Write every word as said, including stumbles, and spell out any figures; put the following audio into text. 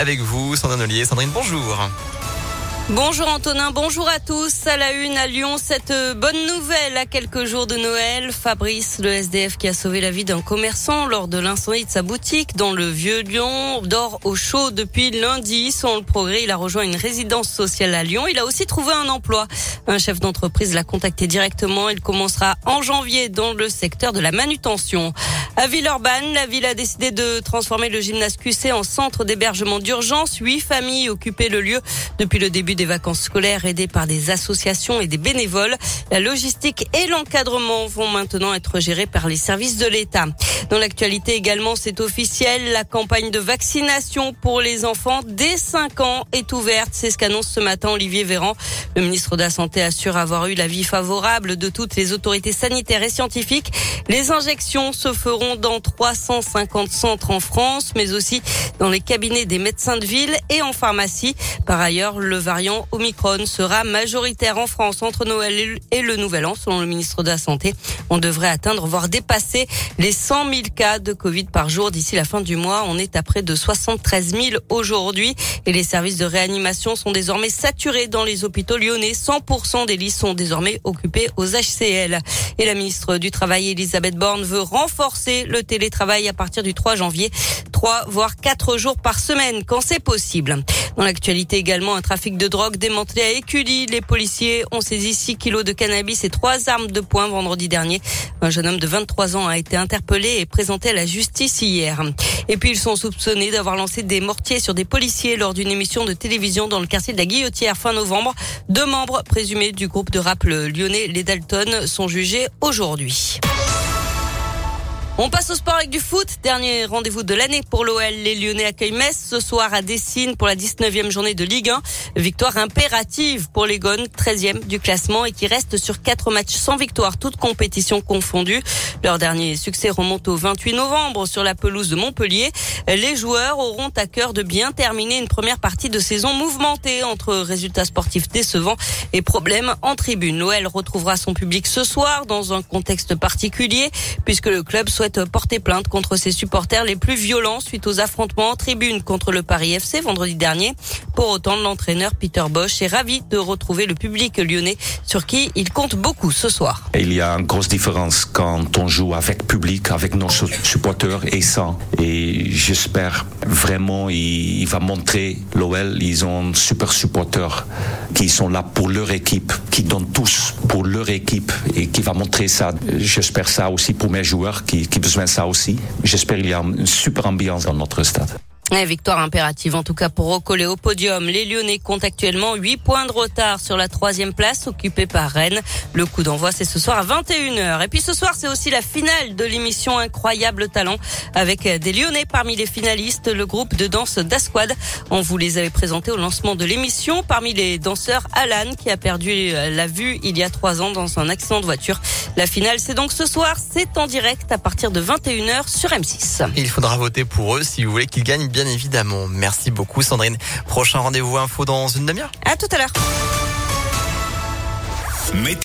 avec vous, Sandrine Ollier. Sandrine, bonjour. Bonjour Antonin, bonjour à tous. À la une à Lyon, cette bonne nouvelle à quelques jours de Noël. Fabrice, le S D F qui a sauvé la vie d'un commerçant lors de l'incendie de sa boutique dans le Vieux-Lyon, dort au chaud depuis lundi. Sans le progrès, il a rejoint une résidence sociale à Lyon. Il a aussi trouvé un emploi. Un chef d'entreprise l'a contacté directement. Il commencera en janvier dans le secteur de la manutention. À Villeurbanne, la ville a décidé de transformer le gymnase Q C en centre d'hébergement d'urgence. Huit familles occupaient le lieu depuis le début des vacances scolaires, aidées par des associations et des bénévoles. La logistique et l'encadrement vont maintenant être gérés par les services de l'État. Dans l'actualité également, c'est officiel, la campagne de vaccination pour les enfants dès cinq ans est ouverte. C'est ce qu'annonce ce matin Olivier Véran. Le ministre de la Santé assure avoir eu l'avis favorable de toutes les autorités sanitaires et scientifiques. Les injections se feront dans trois cent cinquante centres en France, mais aussi dans les cabinets des médecins de ville et en pharmacie. Par ailleurs, le variant Omicron sera majoritaire en France entre Noël et le Nouvel An, selon le ministre de la Santé. On devrait atteindre, voire dépasser les cent mille cas de Covid par jour d'ici la fin du mois. On est à près de soixante-treize mille aujourd'hui et les services de réanimation sont désormais saturés dans les hôpitaux lyonnais. cent pour cent des lits sont désormais occupés aux H C L. Et la ministre du Travail, Elisabeth Borne, veut renforcer le télétravail à partir du trois janvier. trois voire quatre jours par semaine quand c'est possible. Dans l'actualité également, un trafic de drogue démantelé à Écully. Les policiers ont saisi six kilos de cannabis et trois armes de poing vendredi dernier. Un jeune homme de vingt-trois ans a été interpellé et présenté à la justice hier. Et puis ils sont soupçonnés d'avoir lancé des mortiers sur des policiers lors d'une émission de télévision dans le quartier de la Guillotière fin novembre. Deux membres présumés du groupe de rap lyonnais Les Dalton sont jugés aujourd'hui. On passe au sport avec du foot. Dernier rendez-vous de l'année pour l'O L. Les Lyonnais accueillent Metz ce soir à Dessines pour la dix-neuvième journée de Ligue un. Victoire impérative pour les Gones, treizième du classement et qui reste sur quatre matchs sans victoire, toutes compétitions confondues. Leur dernier succès remonte au vingt-huit novembre sur la pelouse de Montpellier. Les joueurs auront à cœur de bien terminer une première partie de saison mouvementée entre résultats sportifs décevants et problèmes en tribune. L'O L retrouvera son public ce soir dans un contexte particulier puisque le club souhaite porter plainte contre ses supporters les plus violents suite aux affrontements en tribune contre le Paris F C vendredi dernier. Pour autant, l'entraîneur Peter Bosz est ravi de retrouver le public lyonnais sur qui il compte beaucoup ce soir. Il y a une grosse différence quand on joue avec public, avec nos supporters et sans. Et j'espère vraiment il va montrer l'O L, ils ont super supporters qui sont là pour leur équipe, qui donnent tous pour leur équipe et qui va montrer ça. J'espère ça aussi pour mes joueurs qui qui besoin de ça aussi. J'espère qu'il y a une super ambiance dans notre stade. Et victoire impérative en tout cas pour recoller au podium. Les Lyonnais comptent actuellement huit points de retard sur la troisième place occupée par Rennes. Le coup d'envoi c'est ce soir à vingt et une heures. Et puis ce soir c'est aussi la finale de l'émission Incroyable Talent avec des Lyonnais parmi les finalistes, le groupe de danse d'Asquad. On vous les avait présentés au lancement de l'émission. Parmi les danseurs, Alan qui a perdu la vue il y a trois ans dans un accident de voiture. La finale c'est donc ce soir, c'est en direct à partir de vingt et une heures sur M six. Il faudra voter pour eux si vous voulez qu'ils gagnent bien évidemment. Merci beaucoup Sandrine. Prochain rendez-vous info dans une demi-heure. À tout à l'heure.